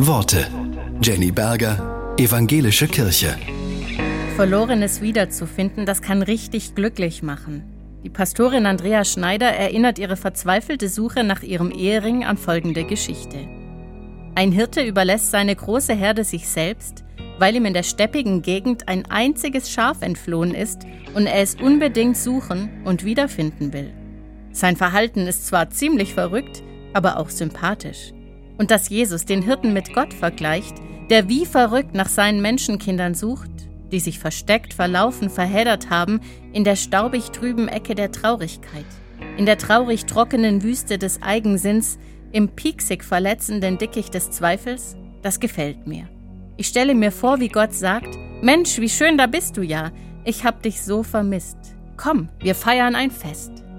Worte. Jenny Berger, Evangelische Kirche. Verlorenes wiederzufinden, das kann richtig glücklich machen. Die Pastorin Andrea Schneider erinnert ihre verzweifelte Suche nach ihrem Ehering an folgende Geschichte. Ein Hirte überlässt seine große Herde sich selbst, weil ihm in der steppigen Gegend ein einziges Schaf entflohen ist und er es unbedingt suchen und wiederfinden will. Sein Verhalten ist zwar ziemlich verrückt, aber auch sympathisch. Und dass Jesus den Hirten mit Gott vergleicht, der wie verrückt nach seinen Menschenkindern sucht, die sich versteckt, verlaufen, verheddert haben in der staubig trüben Ecke der Traurigkeit, in der traurig trockenen Wüste des Eigensinns, im pieksig verletzenden Dickicht des Zweifels, das gefällt mir. Ich stelle mir vor, wie Gott sagt: Mensch, wie schön, da bist du ja. Ich hab dich so vermisst. Komm, wir feiern ein Fest.